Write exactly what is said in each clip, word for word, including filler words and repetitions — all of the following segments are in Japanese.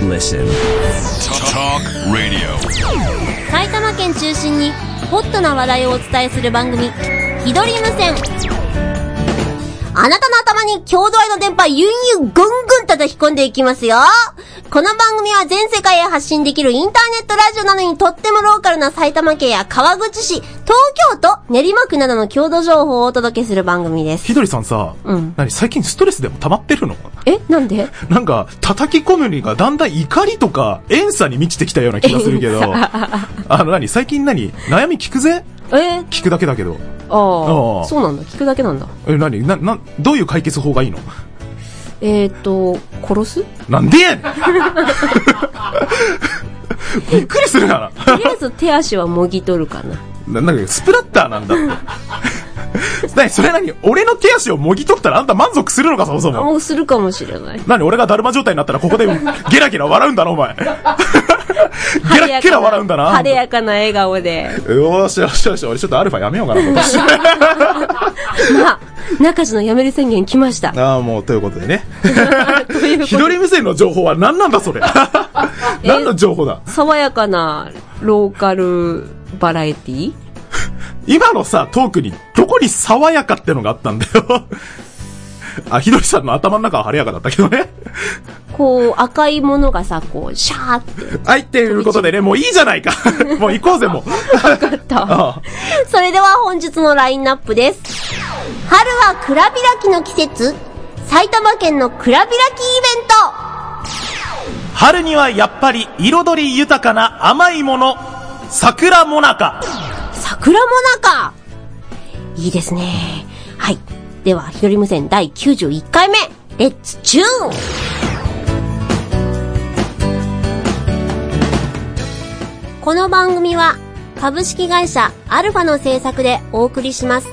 listen. Talk Radio. 埼玉県中心にホットな話題をお伝えする番組、ひどり無線。あなたの頭に郷土愛の電波ユンユンぐんぐん叩き込んでいきますよ。この番組は全世界へ発信できるインターネットラジオなのにとってもローカルな埼玉県や川口市、東京都、練馬区などの郷土情報をお届けする番組です。 ひどりさんさ、うん、何最近ストレスでも溜まってるの？ え、なんで？ なんか叩き込むにがだんだん怒りとか怨嗟に満ちてきたような気がするけどあの何最近何悩み聞くぜ？ えー、 聞くだけだけど。 ああ、そうなんだ。聞くだけなんだ。 え、何な、な、どういう解決法がいいの？ えーと、殺す？ なんでやねんびっくりするな。 とりあえず手足はもぎ取るかな。 な、なんかスプラッターなんだって。何それ何俺の手足をもぎ取ったらあんた満足するのかそもそも。 もうするかもしれない。 何俺がだるま状態になったらここでゲラゲラ笑うんだなお前。ゲラゲラ笑うんだな。 晴れやかな笑顔で。 よーしよしよし、俺ちょっとアルファやめようかなと。 まあ、中地のやめる宣言来ました。 ああ、もうということでね。ひどり無線の情報は何なんだそれ。何の情報だ？ 爽やかなローカルバラエティ？ 今のさ、トークにどこに爽やかってのがあったんだよ。あ、ひどりさんの頭の中は晴れやかだったけどね。 こう、赤いものがさ、こう、シャーって。 はい、っていうことでね、もういいじゃないか。もう行こうぜ、もう。 わかった。ああ、それでは本日のラインナップです。春は蔵開きの季節、埼玉県の蔵開きイベント。 春にはやっぱり彩り豊かな甘いもの、桜もなか。 桜もなか。いいですね。はい。では、ひどり無線だいきゅうじゅういっかいめ、レッツチューン。この番組は株式会社アルファの制作でお送りします。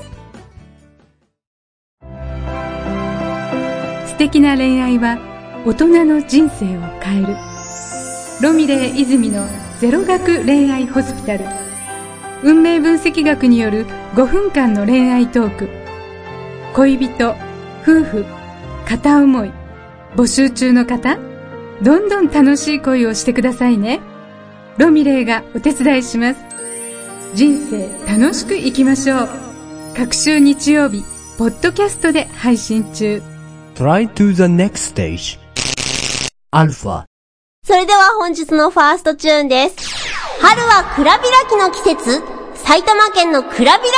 素敵な恋愛は大人の人生を変える。ロミレー泉のゼロ学恋愛ホスピタル。運命分析学によるごふんかんの恋愛トーク。恋人、夫婦、片思い、募集中の方、どんどん楽しい恋をしてくださいね。ロミレーがお手伝いします。人生楽しく生きましょう。各週日曜日、ポッドキャストで配信中。 Try to the next stage. アルファ。 それでは本日のファーストチューンです。春は蔵開きの季節、埼玉県の蔵開きイベン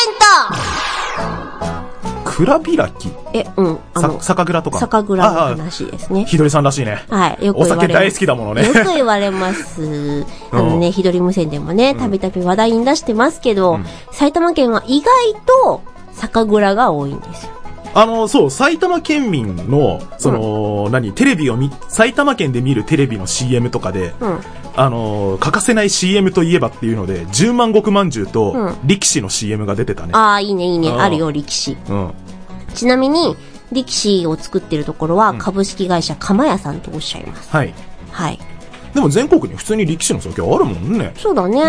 ト。 蔵開き？ え、うん。 あの、酒蔵とか。 酒蔵の話ですね。 ひどりさんらしいね。 はい。よく言われます。お酒大好きだものね。 よく言われます。あのね、ひどり無線でもね、たびたび話題に出してますけど、うん、埼玉県は意外と酒蔵が多いんですよ。 あの、そう、埼玉県民の、その、うん、何、テレビを見、埼玉県で見るテレビの シーエム とかで、うん、あの、欠かせない シーエム といえばっていうので、十万石まんじゅうと、力士の シーエム が出てたね。 ああ、いいね、いいね。あるよ、力士。うん。ちなみに、力士を作ってるところは、株式会社釜屋さんとおっしゃいます。 はい。 はい。 でも全国に普通に力士の酒あるもんね。 そうだね。うん。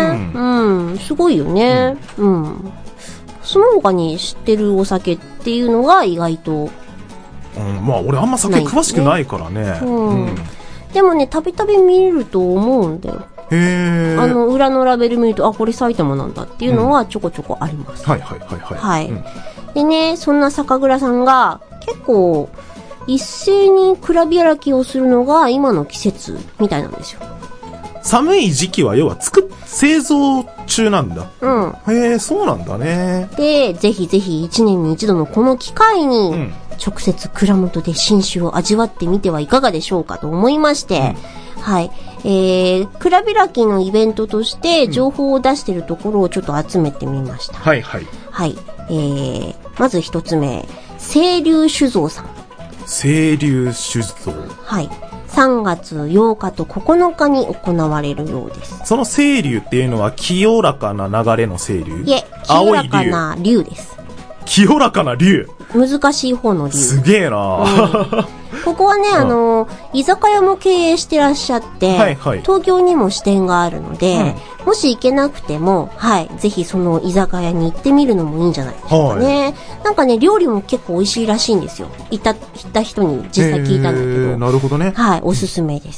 うん、すごいよね。うん。うんその他に知ってるお酒っていうのが意外と、 うん、まあ俺あんま酒詳しくないからね。うん。うん、 でもね、たびたび見ると思うんだよ。 へー。 あの裏のラベル見ると、あ、これ埼玉なんだっていうのはちょこちょこあります。 うん、はいはいはいはい。 はい。うん、でね、そんな酒蔵さんが結構一斉に蔵開きをするのが今の季節みたいなんですよ。 寒い時期は要は作っ、製造中なんだ。 うん。 へえ、そうなんだね。 で、ぜひぜひ一年に一度のこの機会に、うん、直接蔵元で新酒を味わってみてはいかがでしょうかと思いまして、うん、はい。えー、蔵開きのイベントとして情報を出しているところをちょっと集めてみました。うん、 はいはい。 はい。えー、まず一つ目、清流酒造さん。 清流酒造。 はい。さんがつようかとここのかに行われるようです。 その清流っていうのは清らかな流れの清流？ いえ、清らかな流です。 清らかな流。 難しい方の流。 すげえな、うん、 ここはね、あの、居酒屋も経営してらっしゃって、はいはい、東京にも支店があるので、うん、もし行けなくても、はい、ぜひその居酒屋に行ってみるのもいいんじゃないでしょうかね。はい、なんかね、料理も結構美味しいらしいんですよ。行った、行った人に実際聞いたんだけど。 なるほどね。 はい、おすすめです。うん、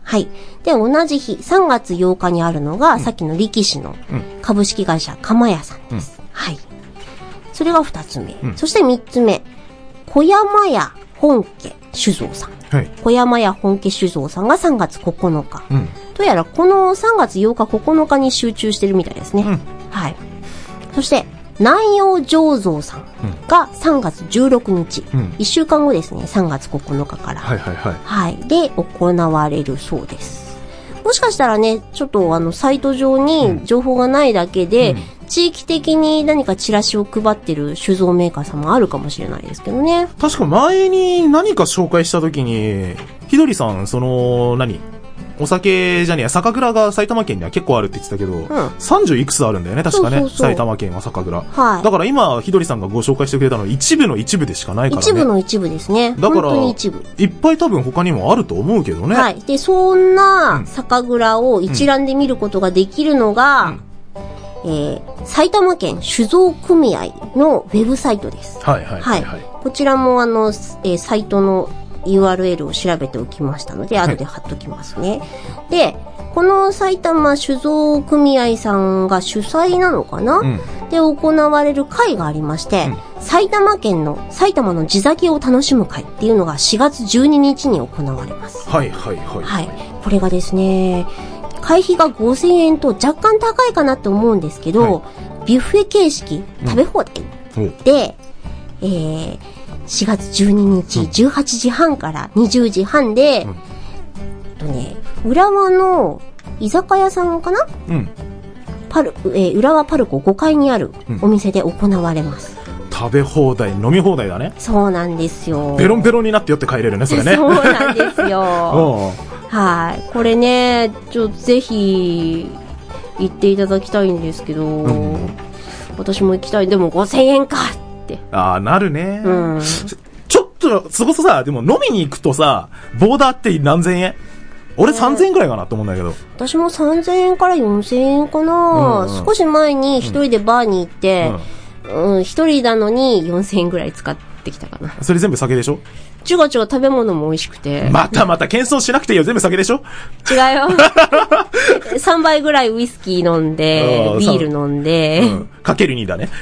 はい。で、同じ日、さんがつようかにあるのが、うん、さっきの力士の株式会社鎌屋さんです。うん、はい。それが二つ目。うん、そして三つ目、小山屋本家酒造さん。はい。小山屋本家酒造さんがさんがつここのか。うん。どうやらこのさんがつようかここのかに集中してるみたいですね。うん。はい。そして、南洋醸造さんがさんがつじゅうろくにち、うん、いっしゅうかんごですね、さんがつここのかから。はいはいはい。はい。で、行われるそうです。もしかしたらね、ちょっとあの、サイト上に情報がないだけで、うん、地域的に何かチラシを配ってる酒造メーカーさんもあるかもしれないですけどね。 確か前に何か紹介したときに、ひどりさん、その、何お酒じゃねえや、酒蔵が埼玉県には結構あるって言ってたけど、うん、さんじゅういくつあるんだよね、確かね。そうそうそう、埼玉県は酒蔵。はい。だから今、ひどりさんがご紹介してくれたのは一部の一部でしかないからね。 一部の一部ですね。だから、本当に一部。 いっぱい多分他にもあると思うけどね。 はい。で、そんな酒蔵を一覧で見ることができるのが、うん、えー、埼玉県酒造組合のウェブサイトです。はいはいはい、はい。こちらもあの、えー、サイトのユーアールエル を調べておきましたので、後で貼っときますね。はい、で、この埼玉酒造組合さんが主催なのかな、うん、で、行われる会がありまして、うん、埼玉県の、埼玉の地酒を楽しむ会っていうのがしがつじゅうににちに行われます。はいはいはい。はい。これがですね、会費がごせんえんと若干高いかなって思うんですけど、はい、ビュッフェ形式、食べ放題、うん、で、えー、しがつじゅうににち、じゅうはちじはんからにじゅうじはんで、うん、とね、浦和の居酒屋さんかな、うん、パル、えー、浦和パルコごかいにあるお店で行われます。 うん、食べ放題、飲み放題だね。 そうなんですよ。 ベロンベロンになってよって帰れるね、それね。 そうなんですよ。はい。これね、ちょっとぜひ、行っていただきたいんですけど、うん、私も行きたい。でもごせんえんか。 ああ、なるね、うん。ちょっと、そこそさ、でも飲みに行くとさ、ボーダーって何千円？俺さんぜんえんくらいかなと思うんだけど。 私もさんぜんえんからよんせんえんかな、うんうん、少し前に一人でバーに行って、うん、うん、一人なのによんせんえんくらい使ってきたかな。 それ全部酒でしょ？ 違う違う、食べ物も美味しくて。 またまた謙遜しなくていいよ、全部酒でしょ？ 違うよ。さんばいぐらいウイスキー飲んで、ビール飲んで。うん、 かけるにだね。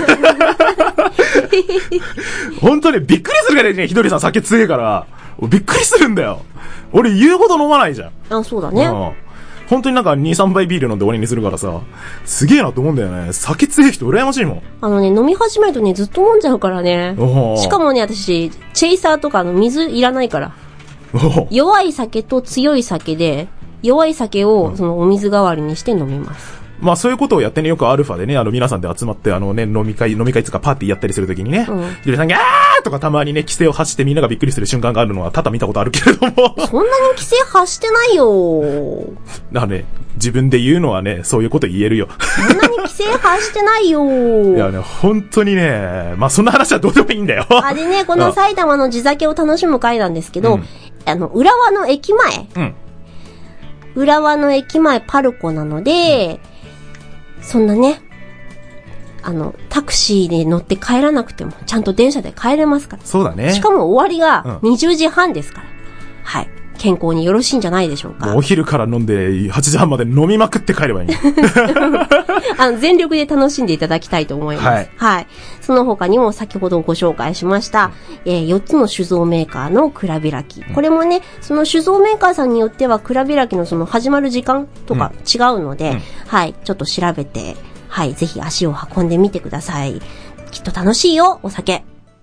本当にびっくりするからね、ひどりさん酒強いから。びっくりするんだよ。俺言うほど飲まないじゃん。 あ、そうだね。うん、 本当になんかに、さんばいビール飲んで終わりにするからさ、すげえなと思うんだよね。酒強い人羨ましいもん。 あのね、飲み始めるとね、ずっと飲んじゃうからね。しかもね、私、チェイサーとかの水いらないから。弱い酒と強い酒で、弱い酒をそのお水代わりにして飲みます。 まあそういうことをやってね、よくアルファでね、あの皆さんで集まってあのね、飲み会、飲み会つかパーティーやったりするときにね、ひどりさんがあーとかたまにね、規制を発してみんながびっくりする瞬間があるのは多々見たことあるけれども。 そんなに規制発してないよ。 だからね、自分で言うのはね、そういうこと言えるよ。 そんなに規制発してないよ。 いやね、本当にね、まあそんな話はどうでもいいんだよ。 あれね、この埼玉の地酒を楽しむ会なんですけど、うん、あの、浦和の駅前、うん、浦和の駅前パルコなので、うんそんなね、あの、タクシーで乗って帰らなくても、ちゃんと電車で帰れますから。 そうだね。 しかも終わりがにじゅうじはんですから。うん、はい。健康によろしいんじゃないでしょうか。 もうお昼から飲んではちじはんまで飲みまくって帰ればいい。 あの、全力で楽しんでいただきたいと思います。はい。はい。その他にも先ほどご紹介しました、えー、よっつの酒造メーカーの蔵開き。これもね、その酒造メーカーさんによっては蔵開きのその始まる時間とか違うので、うん、はい。ちょっと調べて、はい。ぜひ足を運んでみてください。きっと楽しいよ、お酒。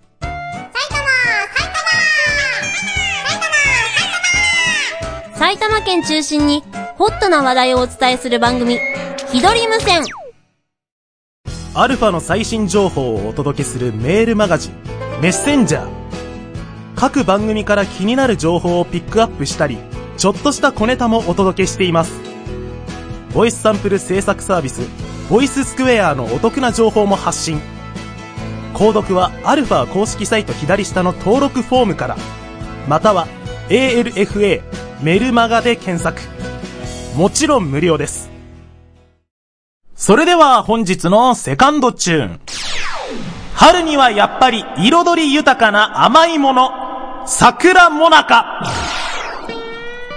埼玉県中心にホットな話題をお伝えする番組、ひどり無線。 アルファの最新情報をお届けするメールマガジン、メッセンジャー。各番組から気になる情報をピックアップしたり、ちょっとした小ネタもお届けしています。ボイスサンプル制作サービス、ボイススクエアのお得な情報も発信。購読はアルファ公式サイト左下の登録フォームから、または エーエルエフエーメルマガで検索。もちろん無料です。それでは本日のセカンドチューン。春にはやっぱり彩り豊かな甘いもの、桜もなか。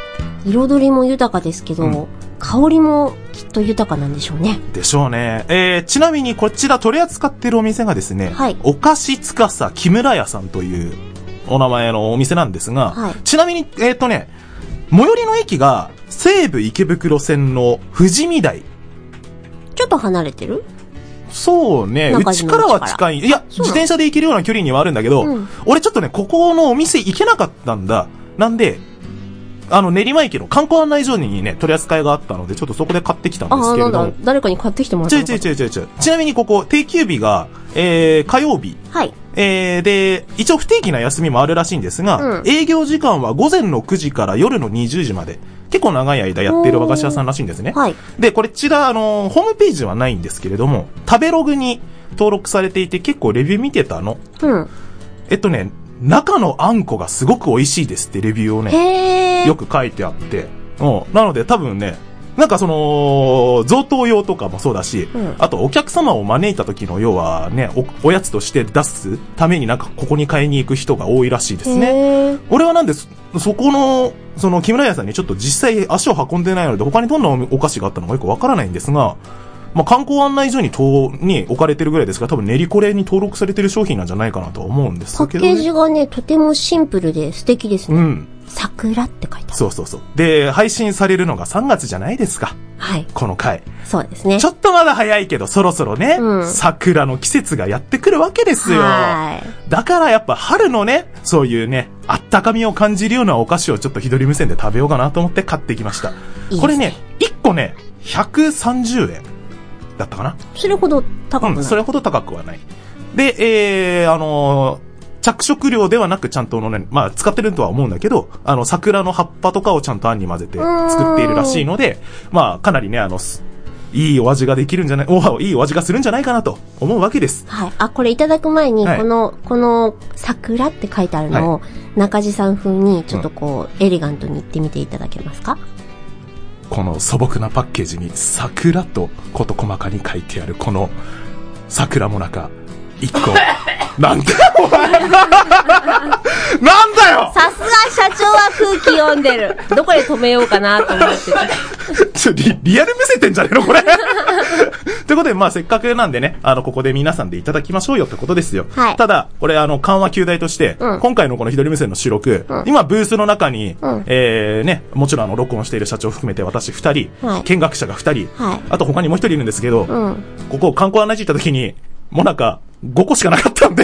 彩りも豊かですけど、うん、香りもきっと豊かなんでしょうね。 でしょうね。えー、ちなみにこちら取り扱ってるお店がですね、はい、お菓子つかさ木村屋さんというお名前のお店なんですが、はい、ちなみに、えっとね、最寄りの駅が西武池袋線の富士見台。 ちょっと離れてる？ そうね、うちからは近い。いや、自転車で行けるような距離にはあるんだけど、うん、俺ちょっとね、ここのお店行けなかったんだ。なんで、あの、練馬駅の観光案内所にね、取り扱いがあったので、ちょっとそこで買ってきたんですけれども。 あ、なんだ、誰かに買ってきてもらったのか。 違う違う違う違う。ちなみにここ、定休日が、えー、火曜日。 はい。 えー、で、一応不定期な休みもあるらしいんですが、うん、営業時間は午前のくじから夜のにじゅうじまで。結構長い間やっている和菓子屋さんらしいんですね。はい。で、これちら、あの、ホームページはないんですけれども、食べログに登録されていて結構レビュー見てたの。うん。えっとね、中のあんこがすごく美味しいですってレビューをね、よく書いてあって。うん。なので多分ね、なんかその、贈答用とかもそうだし、うん、あとお客様を招いた時の要はね、お、おやつとして出すためになんかここに買いに行く人が多いらしいですね。俺はなんで、そこの、その木村屋さんにちょっと実際足を運んでないので他にどんなお菓子があったのかよくわからないんですが、まあ、観光案内所にとに置かれてるぐらいですから多分練りこれに登録されてる商品なんじゃないかなとは思うんですけど、ね、 パッケージがね、とてもシンプルで素敵ですね。うん。桜って書いてある。 そうそうそう。で、配信されるのがさんがつじゃないですか。はい。この回。 そうですね。 ちょっとまだ早いけど、そろそろね、うん、桜の季節がやってくるわけですよ。はい。だからやっぱ春のね、そういうね、あったかみを感じるようなお菓子をちょっと日取り無線で食べようかなと思って買ってきました。いいですね。これね、いっこね、ひゃくさんじゅうえんだったかな。 それほど高くない。 うん、それほど高くはない。で、えー、あのー、着色料ではなくちゃんとのね、まあ使ってるとは思うんだけど、あの桜の葉っぱとかをちゃんとあんに混ぜて作っているらしいので、まあかなりね、あの、いいお味ができるんじゃない、お、いいお味がするんじゃないかなと思うわけです。 はい。あ、これいただく前に、はい、この、この桜って書いてあるのを、はい、中地さん風にちょっとこう、うん、エレガントに言ってみていただけますか？ この素朴なパッケージに桜と事細かに書いてあるこの桜もなか一個なんだよお前なんだよ。 さすが社長は空気読んでる。どこで止めようかなと思ってた。 ちょリ, リアル見せてんじゃねえのこれ。ということでまあせっかくなんでね、あのここで皆さんでいただきましょうよってことですよ。はい、ただこれあの緩和球大として、うん、今回のこの左無線の収録、うん、今ブースの中に、うん、えー、ねもちろんあの録音している社長含めて私ふたり、はい、見学者がふたり、はい、あと他にもうひとりいるんですけど、うん、ここ観光案内所行った時にもなかごこしかなかったんで。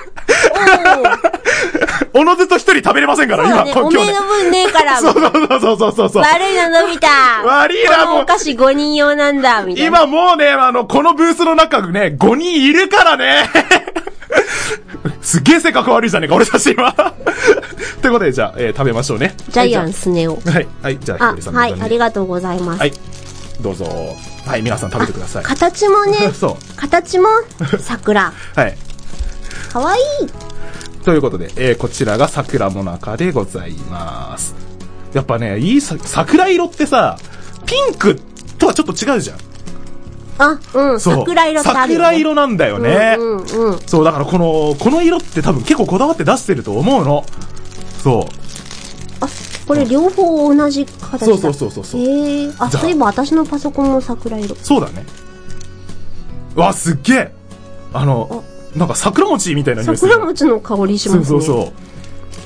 おのずと一人食べれませんから、 今、ね、今日ね。おめえの分ねえから。 そうそうそうそうそうそう。 悪いな、のび太。 悪いな、もう。 このお菓子ごにん用なんだ、みたいな。今もうね、あの、このブースの中ね、ごにんいるからね。すっげえ性格悪いじゃねえか、俺たち今。ってことで、じゃあ、えー、食べましょうね。 ジャイアンスネ夫。 はい、はい、じゃあ、ひとりさん、 ね。はい、ありがとうございます。 はい。どうぞ。はい、皆さん食べてください。 形もね、そう。形も、桜。 はい。 かわいい。 ということで、えー、こちらが桜もなかでございます。やっぱね、いいさ、桜色ってさ、ピンクとはちょっと違うじゃん。 あ、うん、桜色ってあるよね。 桜色なんだよね。 うんうんうん。 そう、だからこの、この色って多分結構こだわって出してると思うの。そう。 あ、これ両方同じ形だ。 そうそうそうそうそう。 へえ。あ、そういえば私のパソコンも桜色。 そうだね。わ、すっげえ。あの、あなんか桜餅みたいな匂いする。 桜餅の香りしますね。 そうそうそう。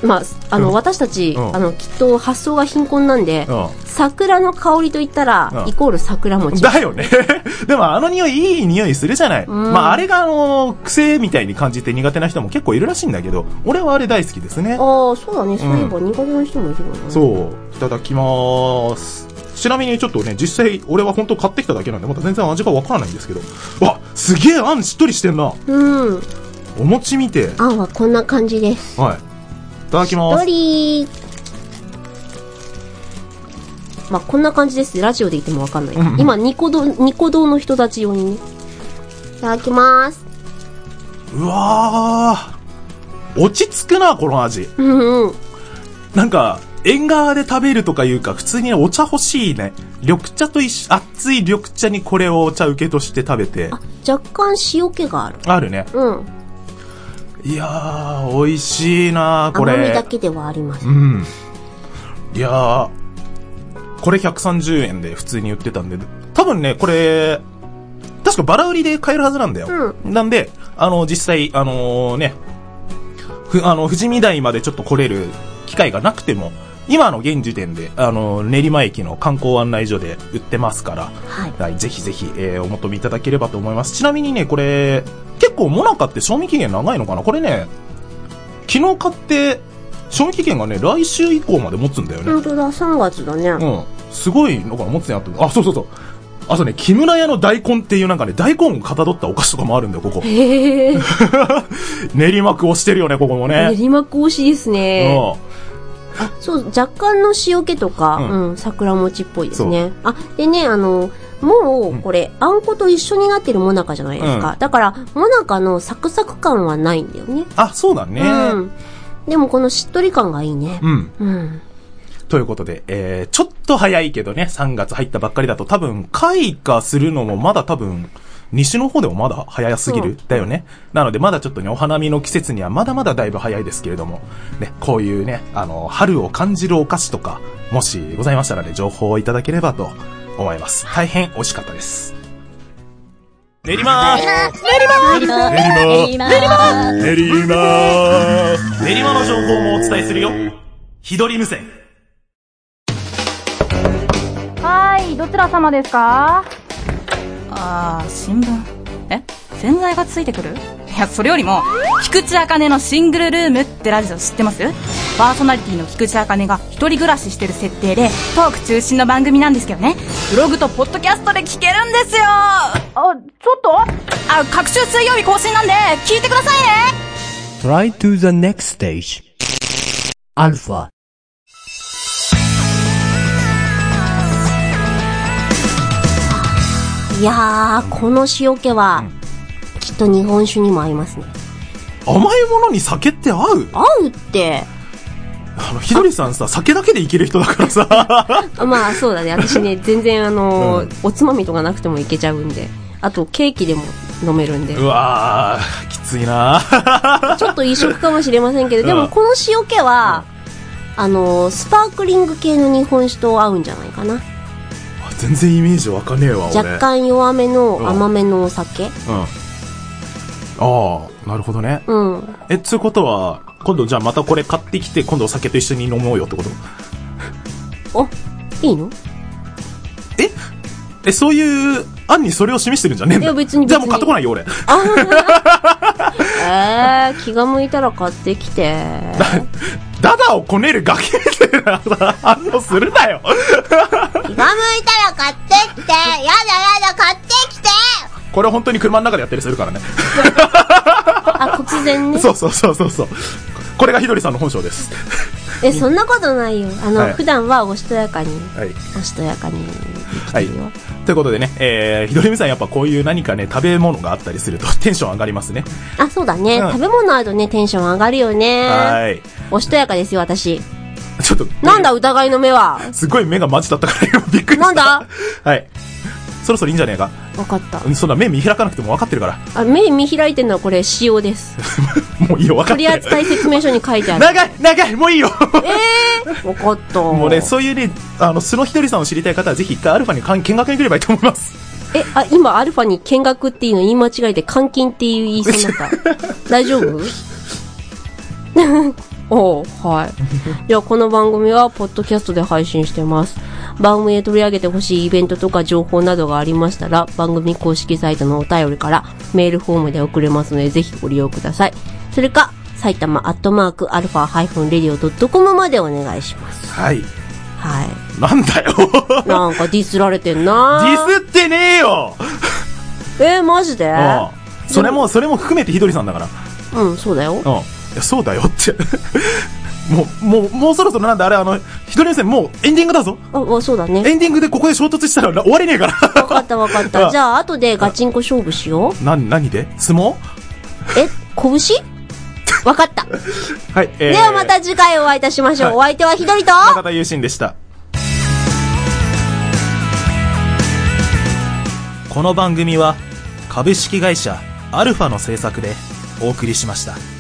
まあ、あの、うん、私たち、うん、あの、きっと発想が貧困なんで、うん、桜の香りと言ったら、うん、イコール桜餅。 だよね。でもあの匂い、いい匂いするじゃない。うん、まあ、あれがあの、癖みたいに感じて苦手な人も結構いるらしいんだけど、俺はあれ大好きですね。 ああ、そうだね。そういえば苦手な人もいるよね。 そう。いただきまーす。ちなみにちょっとね、実際俺は本当買ってきただけなんでまた全然味がわからないんですけど、わ、すげえあんしっとりしてんな。うん。お餅見て。 あんはこんな感じです。 はい。いただきます。しっとり。 まあこんな感じです。ラジオで言ってもわかんない。うん、今ニコ動ニコ動の人たち用にね。いただきます。 うわー。落ち着くなこの味。 うんうん。 なんか。縁側で食べるとかいうか普通にお茶欲しいね。緑茶と一緒、熱い緑茶にこれをお茶受けとして食べて。 あ、若干塩気がある。 あるね。 うん。 いやー、美味しいなー、これ。 甘みだけではあります。 うん。いやー、 これひゃくさんじゅうえんで普通に売ってたんで、多分ね、これ、確かバラ売りで買えるはずなんだよ。うん、なんで、あの、実際、あのー、ね、ふ、あの、富士見台までちょっと来れる機会がなくても、今の現時点で、あの、練馬駅の観光案内所で売ってますから、はい。はい、ぜひぜひ、えー、お求めいただければと思います。ちなみにね、これ、結構モナカって賞味期限長いのかな？これね、昨日買って、賞味期限がね、来週以降まで持つんだよね。 本当だ、さんがつだね。 うん。すごいのかな、持つね、あと。あ、そうそうそう。あとね、木村屋の大根っていうなんかね、大根をかたどったお菓子とかもあるんだよ、ここ。 へー。 練馬区推してるよね、ここもね。 練馬区推しですね。うん。あ、そう、若干の塩気とか、うん、うん、桜餅っぽいですね。あ、でね、あの、もう、これ、うん、あんこと一緒になってるもなかじゃないですか。うん、だから、もなかのサクサク感はないんだよね。 あ、そうだね。 うん。でもこのしっとり感がいいね。 うん。うん。ということで、えー、ちょっと早いけどね、さんがつ入ったばっかりだと多分、開花するのもまだ多分、西の方でもまだ早すぎる、だよね。なのでまだちょっとね、お花見の季節にはまだまだだいぶ早いですけれども、ね、こういうね、あの、春を感じるお菓子とか、もしございましたらね、情報をいただければと思います。大変美味しかったです。練馬練馬練馬練馬練馬練馬練馬の情報もお伝えするよ。日取り無線。 はい、どちら様ですか？あー、新聞。え？洗剤がついてくる？いや、それよりも、菊池茜のシングルルームってラジオ知ってます？パーソナリティの菊池茜が一人暮らししてる設定で、トーク中心の番組なんですけどね。ブログとポッドキャストで聞けるんですよ。あ、ちょっと？あ、各週水曜日更新なんで、聞いてくださいね。 Try to the next stage. Alpha。 いやー、この塩気は、うん、きっと日本酒にも合いますね。 甘いものに酒って合う？ 合うって。 あの、ひどりさんさ、酒だけでいける人だからさ。 まあ、そうだね。私ね、全然あの、うん、おつまみとかなくてもいけちゃうんで。あと、ケーキでも飲めるんで。 うわー、きついなちょっと異色かもしれませんけど、でもこの塩気は、うん、あの、スパークリング系の日本酒と合うんじゃないかな。 全然イメージわかねえわ。 若干弱めの甘めのお酒。うん。うん、 ああ、なるほどね。うん。え、つうことは、今度じゃあまたこれ買ってきて、今度お酒と一緒に飲もうよってこと？ あ、いいの？ ええ、そういう案にそれを示してるんじゃねえんだ。 いや別に別に。 じゃあもう買ってこないよ俺。 あえー、気が向いたら買ってきて。 ダダをこねるガキみたいな反応するなよ。 気が向いたら買ってきて。やだやだ買ってきて。 これ本当に車の中でやったりするからね。 あ、突然ね。 そうそうそうそうそう。これがひどりさんの本性です。 え、そんなことないよ。あの、はい、普段はおしとやかに、 はい、 おしとやかに生きてるよ。はい。 ということでね、えー、ひどりみさんやっぱこういう何かね、食べ物があったりするとテンション上がりますね。 あ、そうだね。うん、食べ物あるとね、テンション上がるよね。はい。おしとやかですよ、私。 ちょっと。 なんだ、疑いの目は。 すごい目がマジだったから今びっくりした。 なんだはい。そろそろいいんじゃねえか。 わかった。 そんな目見開かなくても分かってるから。 あ、目見開いてるのはこれ塩です。 もういいよ、分かってる。 取扱説明書に書いてある。 長い長いもういいよ。 えー、分かった。 もうね、そういうね、あの、素のひとりさんを知りたい方はぜひ一回アルファに見学に来ればいいと思います。 え、あ、今アルファに見学っていうの言い間違えて監禁っていう言いそうになった。大丈夫？おう、はい。じゃあこの番組はポッドキャストで配信してます。番組で取り上げてほしいイベントとか情報などがありましたら、番組公式サイトのお便りからメールフォームで送れますので、ぜひご利用ください。それか、埼玉アットマークアルファハイフンレディオドットコムまでお願いします。 はい。 はい。 なんだよ。 なんかディスられてんな。 ディスってねえよ。 えー、マジで？ああ。 それも、それも含めてひどりさんだから。 うん、そうだよ。うん。 いや、そうだよって。もう、もう、もうそろそろなんだ、あれ、あの、ひとり目線もうエンディングだぞ。 あ、そうだね。 エンディングでここで衝突したら終われねえから。 わかったわかった。じゃあ、後でガチンコ勝負しよう。 な、何で？相撲？ え、拳？わかった。 はい、 えー。ではまた次回お会いいたしましょう。はい、お相手はひどりと中田優心でした。この番組は、株式会社アルファの制作でお送りしました。